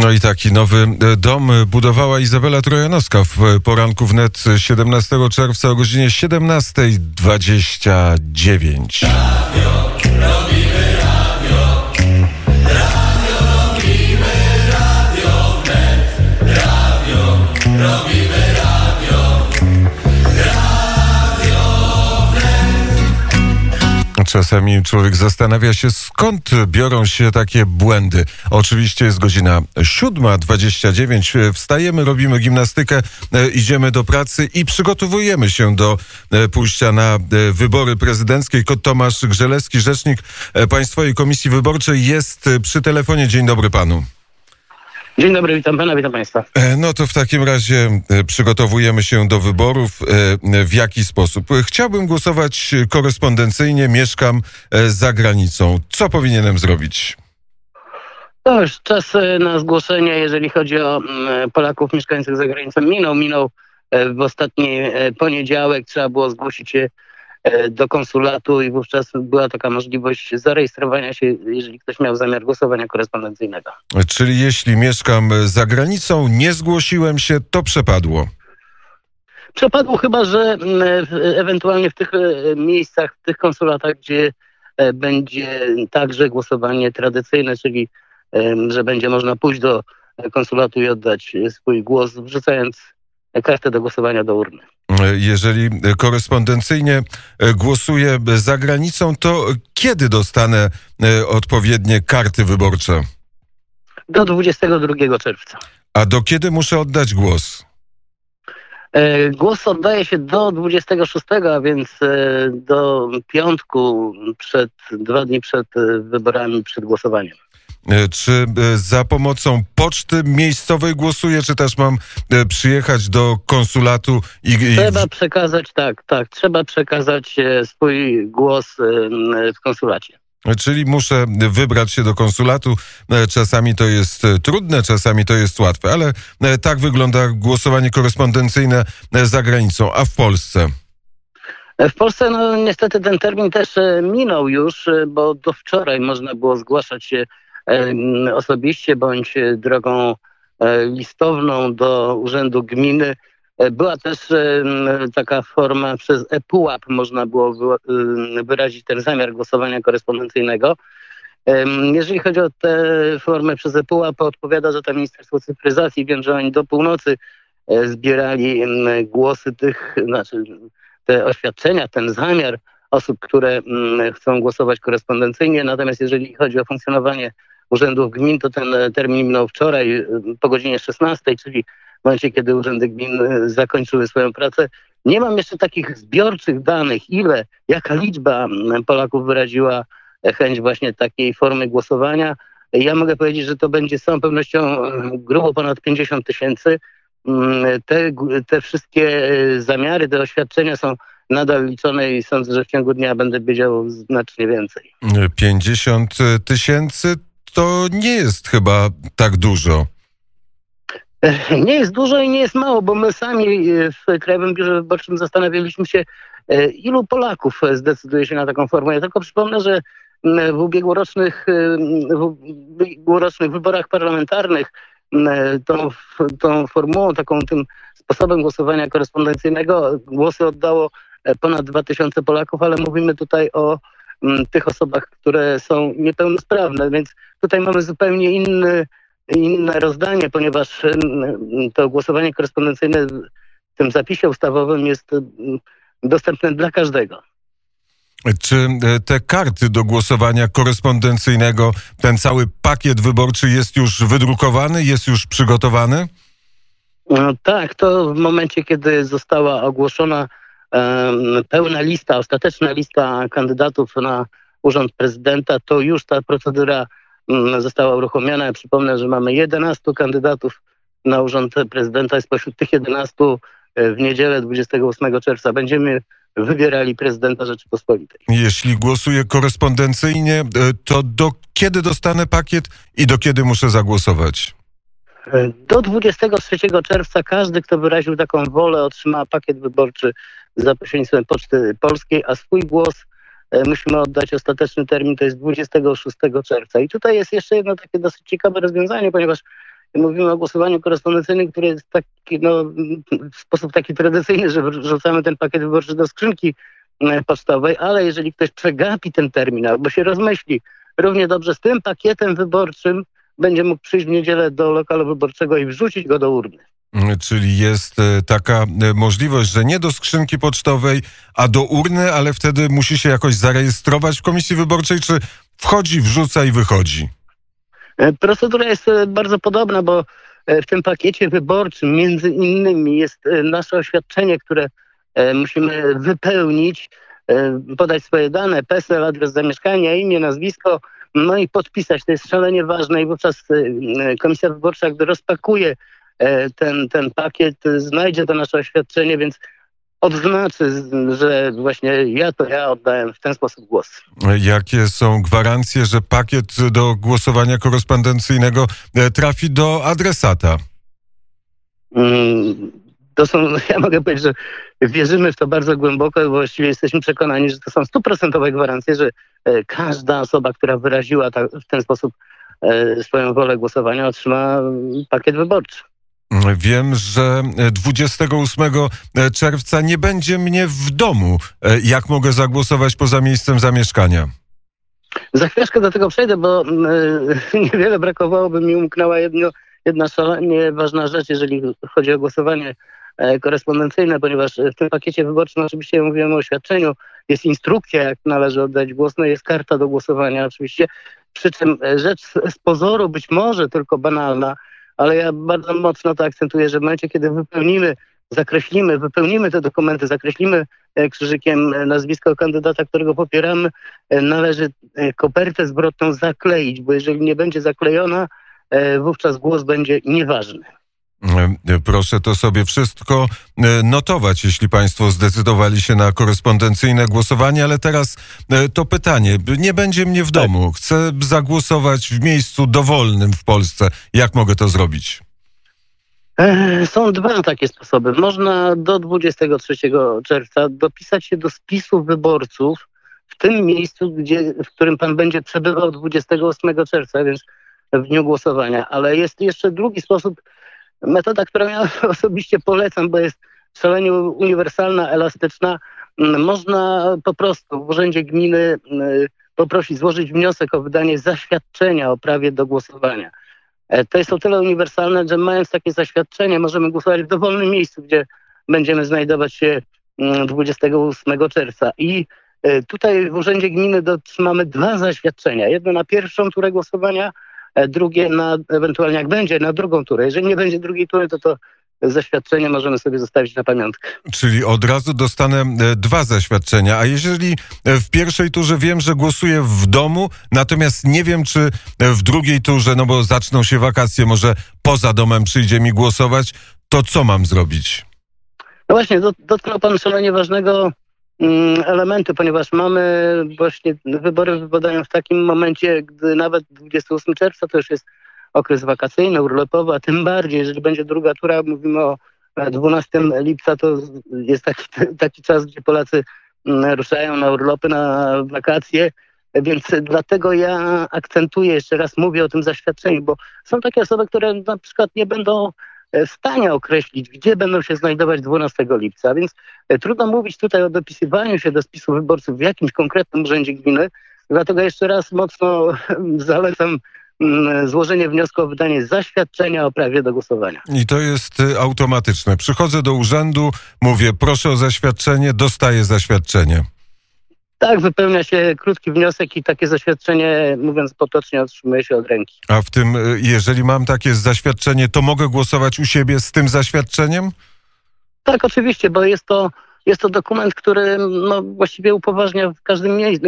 No i taki nowy dom budowała Izabela Trojanowska w poranku wnet 17 czerwca o godzinie 17:29. Czasami człowiek zastanawia się, skąd biorą się takie błędy. Oczywiście jest godzina 7:29. Wstajemy, robimy gimnastykę, idziemy do pracy i przygotowujemy się do pójścia na wybory prezydenckie. Tomasz Grzelewski, rzecznik Państwowej Komisji Wyborczej, jest przy telefonie. Dzień dobry panu. Dzień dobry, witam pana, witam państwa. No to w takim razie przygotowujemy się do wyborów. W jaki sposób? Chciałbym głosować korespondencyjnie, mieszkam za granicą. Co powinienem zrobić? To już czas na zgłoszenie, jeżeli chodzi o Polaków mieszkających za granicą. Minął w ostatni poniedziałek. Trzeba było zgłosić się do konsulatu i wówczas była taka możliwość zarejestrowania się, jeżeli ktoś miał zamiar głosowania korespondencyjnego. Czyli jeśli mieszkam za granicą, nie zgłosiłem się, to przepadło. Przepadło chyba, że ewentualnie w tych miejscach, w tych konsulatach, gdzie będzie także głosowanie tradycyjne, czyli że będzie można pójść do konsulatu i oddać swój głos, wrzucając kartę do głosowania do urny. Jeżeli korespondencyjnie głosuję za granicą, to kiedy dostanę odpowiednie karty wyborcze? Do 22 czerwca. A do kiedy muszę oddać głos? Głos oddaje się do 26, a więc do piątku, 2 dni przed wyborami, przed głosowaniem. Czy za pomocą poczty miejscowej głosuję, czy też mam przyjechać do konsulatu Trzeba przekazać, tak, trzeba przekazać swój głos w konsulacie. Czyli muszę wybrać się do konsulatu. Czasami to jest trudne, czasami to jest łatwe, ale tak wygląda głosowanie korespondencyjne za granicą. A w Polsce? W Polsce niestety ten termin też minął już, bo do wczoraj można było zgłaszać się osobiście bądź drogą listowną do Urzędu Gminy. Była też taka forma, przez ePUAP można było wyrazić ten zamiar głosowania korespondencyjnego. Jeżeli chodzi o tę formę przez ePUAP, odpowiada, że to Ministerstwo Cyfryzacji. Wiem, że oni do północy zbierali głosy te oświadczenia, ten zamiar osób, które chcą głosować korespondencyjnie. Natomiast jeżeli chodzi o funkcjonowanie urzędów gmin, to ten termin minął wczoraj po godzinie 16, czyli w momencie, kiedy urzędy gmin zakończyły swoją pracę. Nie mam jeszcze takich zbiorczych danych, jaka liczba Polaków wyraziła chęć właśnie takiej formy głosowania. Ja mogę powiedzieć, że to będzie z całą pewnością grubo ponad 50 000. Te wszystkie zamiary, te oświadczenia są nadal liczone i sądzę, że w ciągu dnia będę wiedział znacznie więcej. 50 000 to nie jest chyba tak dużo. Nie jest dużo i nie jest mało, bo my sami w Krajowym Biurze Wyborczym zastanawialiśmy się, ilu Polaków zdecyduje się na taką formę. Ja tylko przypomnę, że w ubiegłorocznych wyborach parlamentarnych tą formułą, tym sposobem głosowania korespondencyjnego głosy oddało ponad 2000 Polaków, ale mówimy tutaj o tych osobach, które są niepełnosprawne, więc tutaj mamy zupełnie inne rozdanie, ponieważ to głosowanie korespondencyjne w tym zapisie ustawowym jest dostępne dla każdego. Czy te karty do głosowania korespondencyjnego, ten cały pakiet wyborczy jest już wydrukowany, jest już przygotowany? Tak, to w momencie, kiedy została ogłoszona pełna lista, ostateczna lista kandydatów na urząd prezydenta, to już ta procedura została uruchomiona. Ja przypomnę, że mamy 11 kandydatów na urząd prezydenta. Spośród tych 11 w niedzielę 28 czerwca będziemy wybierali prezydenta Rzeczypospolitej. Jeśli głosuję korespondencyjnie, to do kiedy dostanę pakiet i do kiedy muszę zagłosować? Do 23 czerwca każdy, kto wyraził taką wolę, otrzyma pakiet wyborczy za pośrednictwem Poczty Polskiej, a swój głos musimy oddać. Ostateczny termin to jest 26 czerwca. I tutaj jest jeszcze jedno takie dosyć ciekawe rozwiązanie, ponieważ mówimy o głosowaniu korespondencyjnym, które jest taki, w sposób taki tradycyjny, że wrzucamy ten pakiet wyborczy do skrzynki pocztowej, ale jeżeli ktoś przegapi ten termin albo się rozmyśli, równie dobrze z tym pakietem wyborczym będzie mógł przyjść w niedzielę do lokalu wyborczego i wrzucić go do urny. Czyli jest taka możliwość, że nie do skrzynki pocztowej, a do urny, ale wtedy musi się jakoś zarejestrować w komisji wyborczej, czy wchodzi, wrzuca i wychodzi? Procedura jest bardzo podobna, bo w tym pakiecie wyborczym między innymi jest nasze oświadczenie, które musimy wypełnić, podać swoje dane, PESEL, adres zamieszkania, imię, nazwisko, no i podpisać. To jest szalenie ważne i wówczas komisja wyborcza, gdy rozpakuje ten pakiet, znajdzie to nasze oświadczenie, więc odznaczy, że właśnie ja oddałem w ten sposób głos. Jakie są gwarancje, że pakiet do głosowania korespondencyjnego trafi do adresata? Ja mogę powiedzieć, że wierzymy w to bardzo głęboko i właściwie jesteśmy przekonani, że to są 100% gwarancje, że każda osoba, która wyraziła w ten sposób swoją wolę głosowania, otrzyma pakiet wyborczy. Wiem, że 28 czerwca nie będzie mnie w domu. Jak mogę zagłosować poza miejscem zamieszkania? Za chwileczkę do tego przejdę, bo niewiele brakowało, by mi umknęła jedna szalenie ważna rzecz, jeżeli chodzi o głosowanie korespondencyjne, ponieważ w tym pakiecie wyborczym, oczywiście mówiłem o oświadczeniu, jest instrukcja, jak należy oddać głos, no jest karta do głosowania oczywiście, przy czym rzecz z pozoru być może tylko banalna, ale ja bardzo mocno to akcentuję, że w momencie, kiedy wypełnimy te dokumenty, zakreślimy krzyżykiem nazwisko kandydata, którego popieramy, należy kopertę zwrotną zakleić, bo jeżeli nie będzie zaklejona, wówczas głos będzie nieważny. Proszę to sobie wszystko notować, jeśli państwo zdecydowali się na korespondencyjne głosowanie, ale teraz to pytanie. Nie będzie mnie w domu. Chcę zagłosować w miejscu dowolnym w Polsce. Jak mogę to zrobić? Są dwa takie sposoby. Można do 23 czerwca dopisać się do spisu wyborców w tym miejscu, w którym pan będzie przebywał 28 czerwca, więc w dniu głosowania. Ale jest jeszcze drugi sposób, metoda, którą ja osobiście polecam, bo jest szalenie uniwersalna, elastyczna. Można po prostu w urzędzie gminy poprosić, złożyć wniosek o wydanie zaświadczenia o prawie do głosowania. To jest o tyle uniwersalne, że mając takie zaświadczenie możemy głosować w dowolnym miejscu, gdzie będziemy znajdować się 28 czerwca. I tutaj w urzędzie gminy otrzymamy dwa zaświadczenia. Jedno na pierwszą turę głosowania, drugie ewentualnie jak będzie, na drugą turę. Jeżeli nie będzie drugiej tury, to zaświadczenie możemy sobie zostawić na pamiątkę. Czyli od razu dostanę dwa zaświadczenia, a jeżeli w pierwszej turze wiem, że głosuję w domu, natomiast nie wiem, czy w drugiej turze, no bo zaczną się wakacje, może poza domem przyjdzie mi głosować, to co mam zrobić? No właśnie, dotknął pan szalenie ważnego elementu, ponieważ mamy właśnie wybory wypadają w takim momencie, gdy nawet 28 czerwca to już jest okres wakacyjny, urlopowy, a tym bardziej, jeżeli będzie druga tura, mówimy o 12 lipca, to jest taki czas, gdzie Polacy ruszają na urlopy, na wakacje, więc dlatego ja akcentuję, jeszcze raz mówię o tym zaświadczeniu, bo są takie osoby, które na przykład nie będą w stanie określić, gdzie będą się znajdować 12 lipca, więc trudno mówić tutaj o dopisywaniu się do spisu wyborców w jakimś konkretnym urzędzie gminy, dlatego jeszcze raz mocno zalecam złożenie wniosku o wydanie zaświadczenia o prawie do głosowania. I to jest automatyczne. Przychodzę do urzędu, mówię, proszę o zaświadczenie, dostaję zaświadczenie. Tak, wypełnia się krótki wniosek i takie zaświadczenie, mówiąc potocznie, otrzymuje się od ręki. A w tym, jeżeli mam takie zaświadczenie, to mogę głosować u siebie z tym zaświadczeniem? Tak, oczywiście, bo jest to dokument, który właściwie upoważnia w każdym miejscu,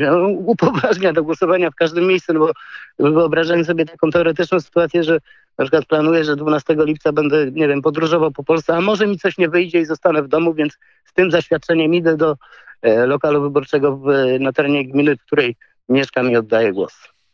upoważnia do głosowania w każdym miejscu, no bo wyobrażam sobie taką teoretyczną sytuację, że na przykład planuję, że 12 lipca będę, nie wiem, podróżował po Polsce, a może mi coś nie wyjdzie i zostanę w domu, więc z tym zaświadczeniem idę do lokalu wyborczego na terenie gminy, w której mieszkam i oddaję głos.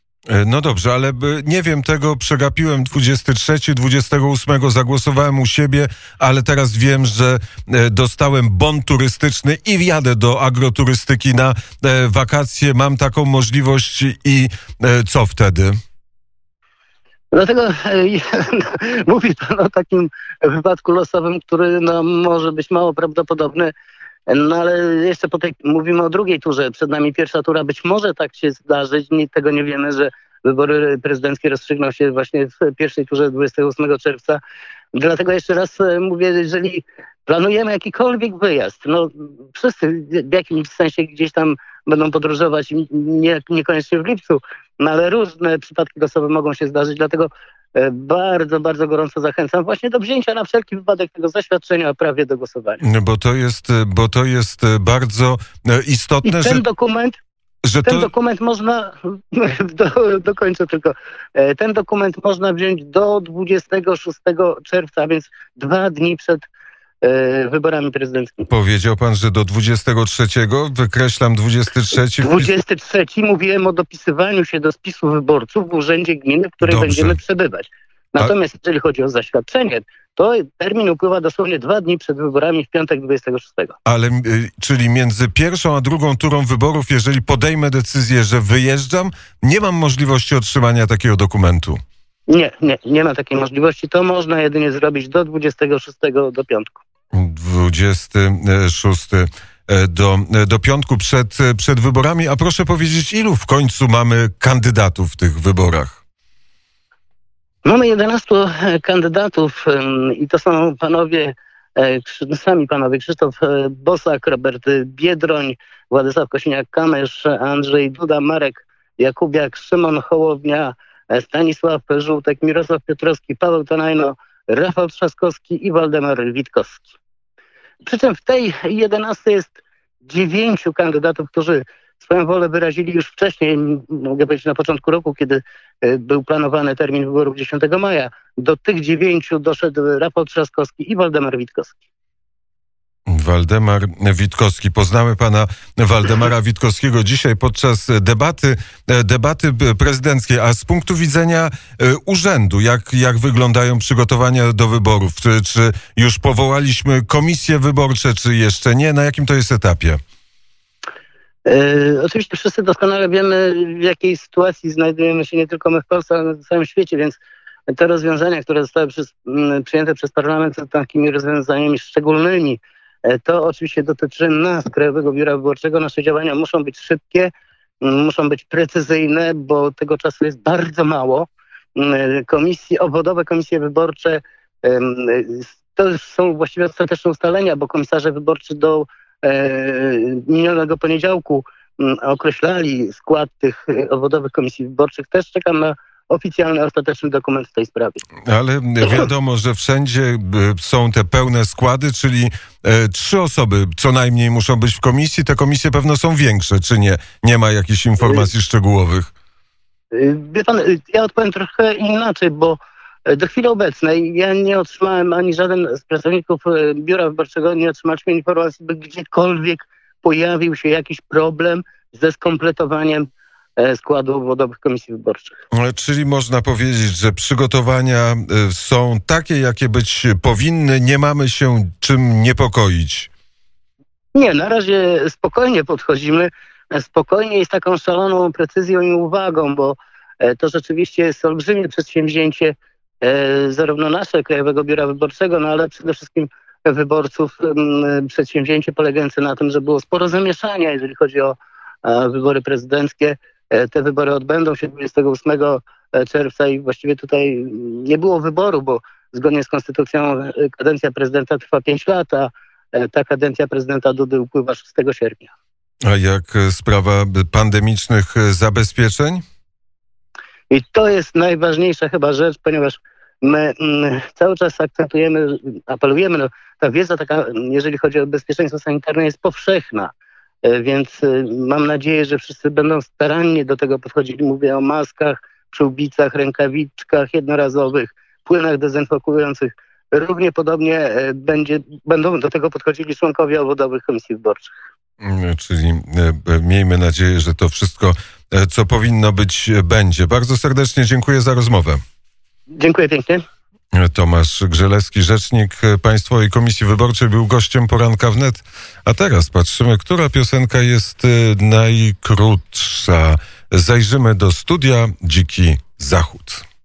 No dobrze, ale nie wiem tego, przegapiłem 23, 28, zagłosowałem u siebie, ale teraz wiem, że dostałem bon turystyczny i wjadę do agroturystyki na wakacje, mam taką możliwość i co wtedy? Dlatego mówi pan o takim wypadku losowym, który może być mało prawdopodobny. No ale jeszcze mówimy o drugiej turze. Przed nami pierwsza tura. Być może tak się zdarzyć. Tego nie wiemy, że wybory prezydenckie rozstrzygną się właśnie w pierwszej turze 28 czerwca. Dlatego jeszcze raz mówię, jeżeli planujemy jakikolwiek wyjazd, wszyscy w jakimś sensie gdzieś tam będą podróżować, niekoniecznie w lipcu, ale różne przypadki losowe mogą się zdarzyć. Dlatego bardzo, bardzo gorąco zachęcam właśnie do wzięcia na wszelki wypadek tego zaświadczenia o prawie do głosowania. Bo to jest bardzo istotne, I ten dokument można, dokończę tylko, ten dokument można wziąć do 26 czerwca, a więc 2 dni przed wyborami prezydenckimi. Powiedział pan, że do 23, wykreślam 23. 23 mówiłem o dopisywaniu się do spisu wyborców w urzędzie gminy, w której będziemy przebywać. Natomiast jeżeli chodzi o zaświadczenie, to termin upływa dosłownie 2 dni przed wyborami w piątek 26. Ale, czyli między pierwszą a drugą turą wyborów, jeżeli podejmę decyzję, że wyjeżdżam, nie mam możliwości otrzymania takiego dokumentu? Nie ma takiej możliwości. To można jedynie zrobić do 26 do piątku. 26 do piątku przed wyborami. A proszę powiedzieć, ilu w końcu mamy kandydatów w tych wyborach? Mamy 11 kandydatów i to są sami panowie Krzysztof Bosak, Robert Biedroń, Władysław Kosiniak-Kamysz, Andrzej Duda, Marek Jakubiak, Szymon Hołownia, Stanisław Żółtek, Mirosław Piotrowski, Paweł Tonajno, Rafał Trzaskowski i Waldemar Witkowski. Przy czym w tej 11 jest 9 kandydatów, którzy swoją wolę wyrazili już wcześniej, mogę powiedzieć na początku roku, kiedy był planowany termin wyborów 10 maja. Do tych 9 doszedł Rafał Trzaskowski i Waldemar Witkowski. Waldemar Witkowski. Poznamy pana Waldemara Witkowskiego dzisiaj podczas debaty prezydenckiej. A z punktu widzenia urzędu, jak wyglądają przygotowania do wyborów? Czy już powołaliśmy komisje wyborcze, czy jeszcze nie? Na jakim to jest etapie? Oczywiście wszyscy doskonale wiemy, w jakiej sytuacji znajdujemy się nie tylko my w Polsce, ale na całym świecie, więc te rozwiązania, które zostały przyjęte przez parlament, są takimi rozwiązaniami szczególnymi. To oczywiście dotyczy nas, Krajowego Biura Wyborczego. Nasze działania muszą być szybkie, muszą być precyzyjne, bo tego czasu jest bardzo mało. Obwodowe komisje wyborcze to już są właściwie ostateczne ustalenia, bo komisarze wyborczy do minionego poniedziałku określali skład tych obwodowych komisji wyborczych. Też czekam na oficjalny, ostateczny dokument w tej sprawie. Ale wiadomo, że wszędzie są te pełne składy, czyli 3 osoby co najmniej muszą być w komisji. Te komisje pewno są większe, czy nie? Nie ma jakichś informacji szczegółowych? Wie pan, ja odpowiem trochę inaczej, bo do chwili obecnej ja nie otrzymałem, ani żaden z pracowników biura wyborczego nie otrzymaliśmy informacji, by gdziekolwiek pojawił się jakiś problem ze skompletowaniem składu obwodowych komisji wyborczych. Czyli można powiedzieć, że przygotowania są takie, jakie być powinny, nie mamy się czym niepokoić? Nie, na razie spokojnie podchodzimy, spokojnie i z taką szaloną precyzją i uwagą, bo to rzeczywiście jest olbrzymie przedsięwzięcie zarówno nasze, Krajowego Biura Wyborczego, no ale przede wszystkim wyborców, przedsięwzięcie polegające na tym, że było sporo zamieszania, jeżeli chodzi o wybory prezydenckie. Te wybory odbędą się 28 czerwca i właściwie tutaj nie było wyboru, bo zgodnie z konstytucją kadencja prezydenta trwa 5 lat, a ta kadencja prezydenta Dudy upływa 6 sierpnia. A jak sprawa pandemicznych zabezpieczeń? I to jest najważniejsza chyba rzecz, ponieważ my cały czas akcentujemy, apelujemy, ta wiedza taka, jeżeli chodzi o bezpieczeństwo sanitarne, jest powszechna. Więc mam nadzieję, że wszyscy będą starannie do tego podchodzili. Mówię o maskach, przyłbicach, rękawiczkach jednorazowych, płynach dezynfekujących. Równie podobnie będą do tego podchodzili członkowie obwodowych komisji wyborczych. Czyli miejmy nadzieję, że to wszystko, co powinno być, będzie. Bardzo serdecznie dziękuję za rozmowę. Dziękuję pięknie. Tomasz Grzelewski, rzecznik Państwowej Komisji Wyborczej, był gościem Poranka Wnet. A teraz patrzymy, która piosenka jest najkrótsza. Zajrzymy do studia Dziki Zachód.